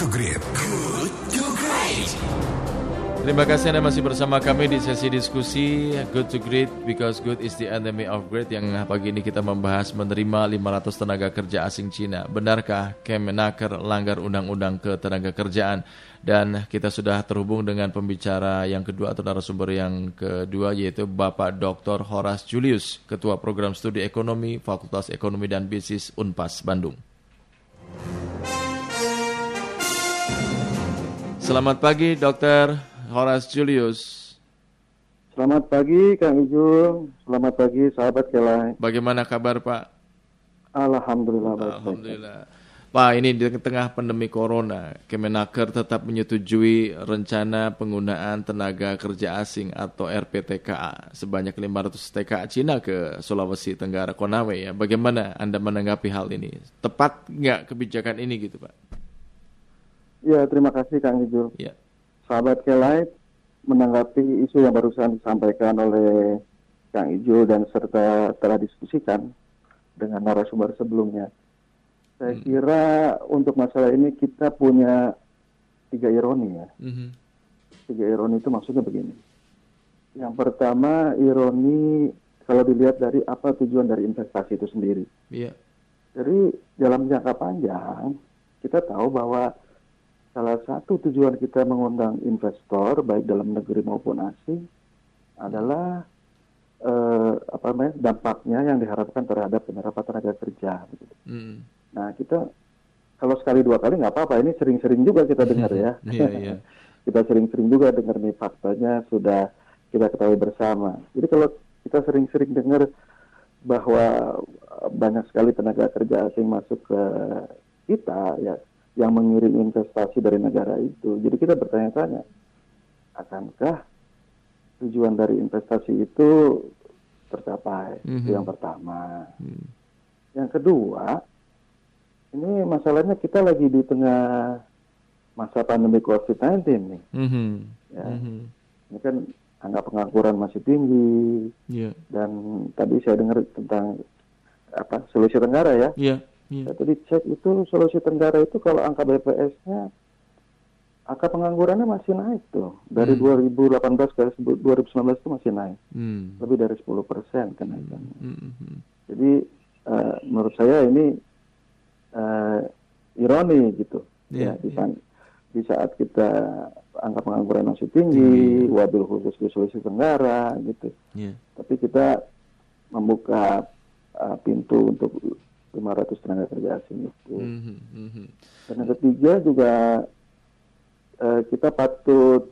Great. Good to Great. Terima kasih Anda masih bersama kami di sesi diskusi Good to Great because good is the enemy of great, yang pagi ini kita membahas menerima 500 tenaga kerja asing Cina. Benarkah Kemenaker langgar undang-undang ketenagakerjaan? Dan kita sudah terhubung dengan pembicara yang kedua atau narasumber yang kedua, yaitu Bapak Dr. Horas Julius, Ketua Program Studi Ekonomi Fakultas Ekonomi dan Bisnis Unpas Bandung. Selamat pagi Dr. Horas Julius. Selamat pagi Kang Ijul, selamat pagi sahabat Kelai. Bagaimana kabar Pak? Alhamdulillah baik. Alhamdulillah. Pak, ini di tengah pandemi corona, Kemenaker tetap menyetujui rencana penggunaan tenaga kerja asing atau RPTKA sebanyak 500 TKA Cina ke Sulawesi Tenggara, Konawe ya. Bagaimana Anda menanggapi hal ini? Tepat nggak kebijakan ini gitu Pak? Ya, terima kasih Kang Ijul. Ya. Sahabat Kelai, menanggapi isu yang barusan disampaikan oleh Kang Ijul dan serta telah diskusikan dengan narasumber sebelumnya. Saya kira untuk masalah ini kita punya 3 ironi ya. 3 ironi itu maksudnya begini. Yang pertama, ironi kalau dilihat dari apa tujuan dari investasi itu sendiri. Iya. Jadi dalam jangka panjang, kita tahu bahwa salah satu tujuan kita mengundang investor baik dalam negeri maupun asing adalah dampaknya yang diharapkan terhadap penyerapan tenaga kerja. Nah, kita kalau sekali 2 kali nggak apa-apa, ini sering-sering juga kita dengar ya. Iya. Kita sering-sering juga dengar nih, faktanya sudah kita ketahui bersama. Jadi kalau kita sering-sering dengar bahwa banyak sekali tenaga kerja asing masuk ke kita ya, yang mengirim investasi dari negara itu. Jadi kita bertanya-tanya, akankah tujuan dari investasi itu tercapai? Itu yang pertama. Yang kedua, ini masalahnya kita lagi di tengah masa pandemi COVID-19 nih. Ya. Ini kan angka pengangguran masih tinggi. Dan tadi saya dengar tentang Sulawesi Tenggara ya. Saya tadi cek itu Sulawesi Tenggara itu kalau angka BPS-nya, angka penganggurannya masih naik tuh. Dari 2018 ke 2019 itu masih naik. Lebih dari 10% kenaikannya. Jadi menurut saya ini ironi gitu. Di saat kita angka pengangguran masih tinggi, wabil khusus di Sulawesi Tenggara gitu. Tapi kita membuka pintu untuk 500 tenaga kerja asing itu. Dan yang ketiga juga kita patut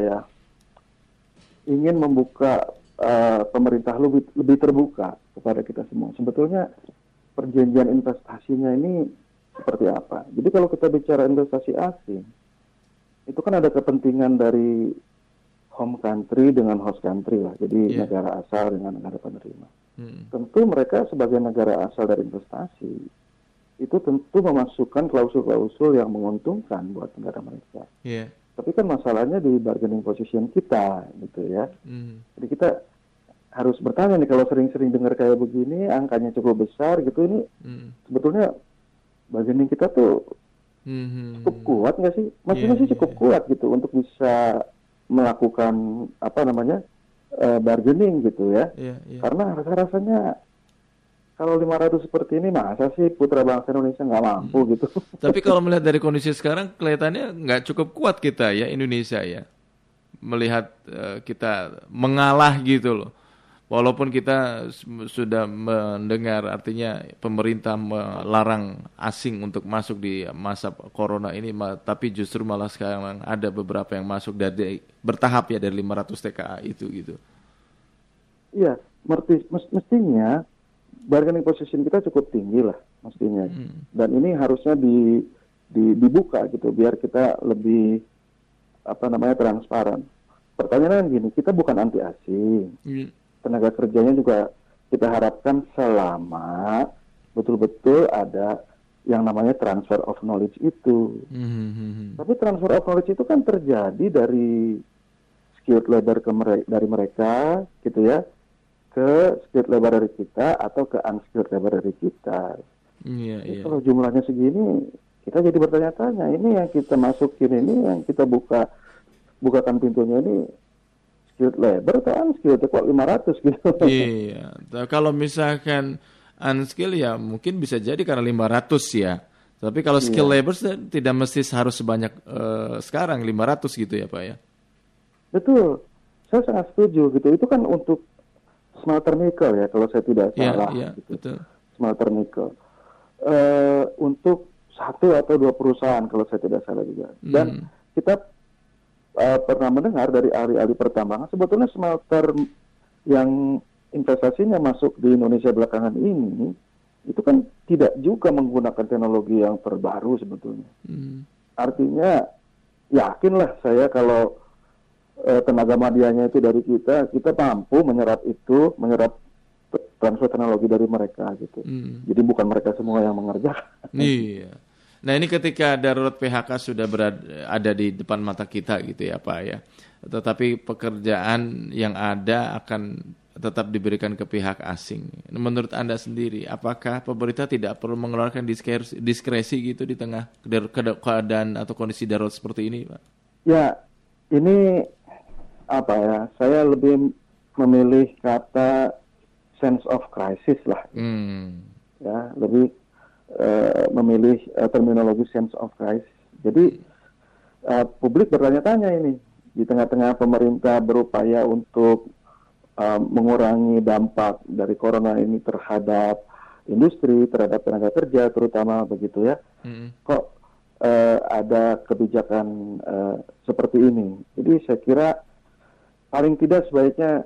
ingin membuka pemerintah lebih terbuka kepada kita semua. Sebetulnya perjanjian investasinya ini seperti apa? Jadi kalau kita bicara investasi asing, itu kan ada kepentingan dari home country dengan host country lah. Jadi negara asal dengan negara penerima. Tentu mereka sebagai negara asal dari investasi itu tentu memasukkan klausul-klausul yang menguntungkan buat negara mereka. Tapi kan masalahnya di bargaining position kita gitu ya. Jadi kita harus bertanya nih, kalau sering-sering dengar kayak begini, angkanya cukup besar gitu, ini sebetulnya bargaining kita tuh cukup kuat nggak sih? Maksudnya sih cukup kuat gitu untuk bisa melakukan bargaining gitu ya. Karena rasanya kalau 500 seperti ini masa sih putra bangsa Indonesia nggak mampu gitu. Tapi kalau melihat dari kondisi sekarang kelihatannya nggak cukup kuat kita ya, Indonesia ya. Melihat kita mengalah gitu loh. Walaupun kita sudah mendengar artinya pemerintah melarang asing untuk masuk di masa corona ini, tapi justru malah sekarang ada beberapa yang masuk dari bertahap ya, dari 500 TKA itu gitu. Iya, mestinya bargaining position kita cukup tinggi lah mestinya. Dan ini harusnya dibuka gitu biar kita lebih transparan. Pertanyaannya gini, kita bukan anti asing. Tenaga kerjanya juga kita harapkan selama betul-betul ada yang namanya transfer of knowledge itu. Tapi transfer of knowledge itu kan terjadi dari skilled labor dari mereka gitu ya, ke skilled labor dari kita atau ke unskilled labor dari kita. Kalau jumlahnya segini, kita jadi bertanya-tanya, ini yang kita masukin, ini yang kita bukakan pintunya ini skilled labor atau unskilled, kok 500 gitu. Iya, kalau misalkan unskilled ya mungkin bisa jadi karena 500 ya. Tapi kalau skill labor tidak mesti harus sebanyak sekarang 500 gitu ya Pak ya. Betul, saya sangat setuju gitu. Itu kan untuk smelter nikel ya kalau saya tidak salah. Iya, gitu. betul. Smelter nikel. Untuk 1 atau 2 perusahaan kalau saya tidak salah juga. Dan kita pernah mendengar dari ahli-ahli pertambangan sebetulnya smelter yang investasinya masuk di Indonesia belakangan ini itu kan tidak juga menggunakan teknologi yang terbaru sebetulnya. Artinya yakinlah saya kalau tenaga medianya itu dari kita mampu menyerap transfer teknologi dari mereka gitu. Jadi bukan mereka semua yang mengerjakan. Iya. Nah ini ketika darurat PHK sudah ada di depan mata kita gitu ya Pak ya. Tetapi pekerjaan yang ada akan tetap diberikan ke pihak asing. Menurut Anda sendiri, apakah pemerintah tidak perlu mengeluarkan diskresi gitu di tengah keadaan atau kondisi darurat seperti ini Pak? Ya, ini apa ya, saya lebih memilih kata sense of crisis lah. Ya, lebih memilih terminologi sense of crisis. Jadi publik bertanya-tanya ini di tengah-tengah pemerintah berupaya untuk mengurangi dampak dari corona ini terhadap industri, terhadap tenaga kerja terutama begitu ya. Kok ada kebijakan seperti ini. Jadi saya kira paling tidak sebaiknya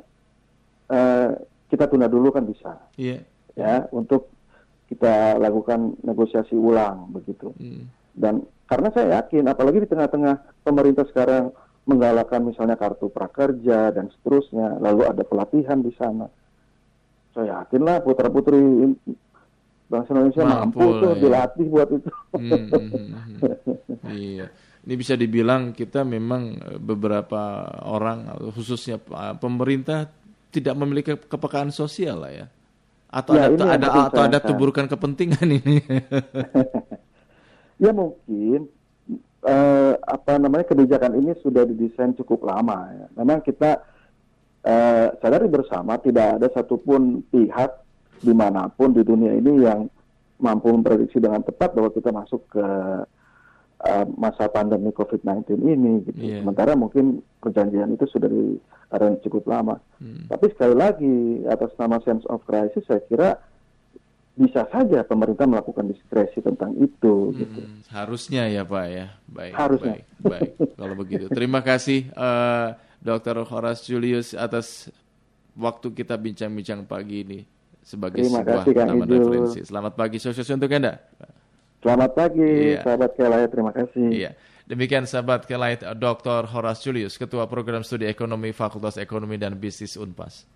kita tunda dulu kan bisa. Ya, untuk kita lakukan negosiasi ulang begitu. Dan karena saya yakin apalagi di tengah-tengah pemerintah sekarang menggalakkan misalnya kartu prakerja dan seterusnya, lalu ada pelatihan di sana. Saya yakinlah putra-putri bangsa Indonesia mampu tuh dilatih buat itu. Iya. Ini bisa dibilang kita memang beberapa orang khususnya pemerintah tidak memiliki kepekaan sosial lah ya. Atau ya, ada tuburkan kepentingan ini. Ya mungkin kebijakan ini sudah didesain cukup lama ya. Memang kita sadari bersama tidak ada satupun pihak dimanapun di dunia ini yang mampu memprediksi dengan tepat bahwa kita masuk ke masa pandemi COVID-19 ini gitu. Sementara mungkin perjanjian itu sudah ada cukup lama. Tapi sekali lagi atas nama sense of crisis saya kira bisa saja pemerintah melakukan diskresi tentang itu. Gitu. Harusnya ya Pak ya. Baik. Harusnya. Baik. Kalau begitu. Terima kasih Dr. Horace Julius atas waktu kita bincang-bincang pagi ini sebagai sebuah taman referensi. Selamat pagi, sukses untuk Anda. Selamat pagi, sahabat Kelight. Terima kasih. Iya. Demikian sahabat Kelight, Dr. Horace Julius, Ketua Program Studi Ekonomi Fakultas Ekonomi dan Bisnis Unpas.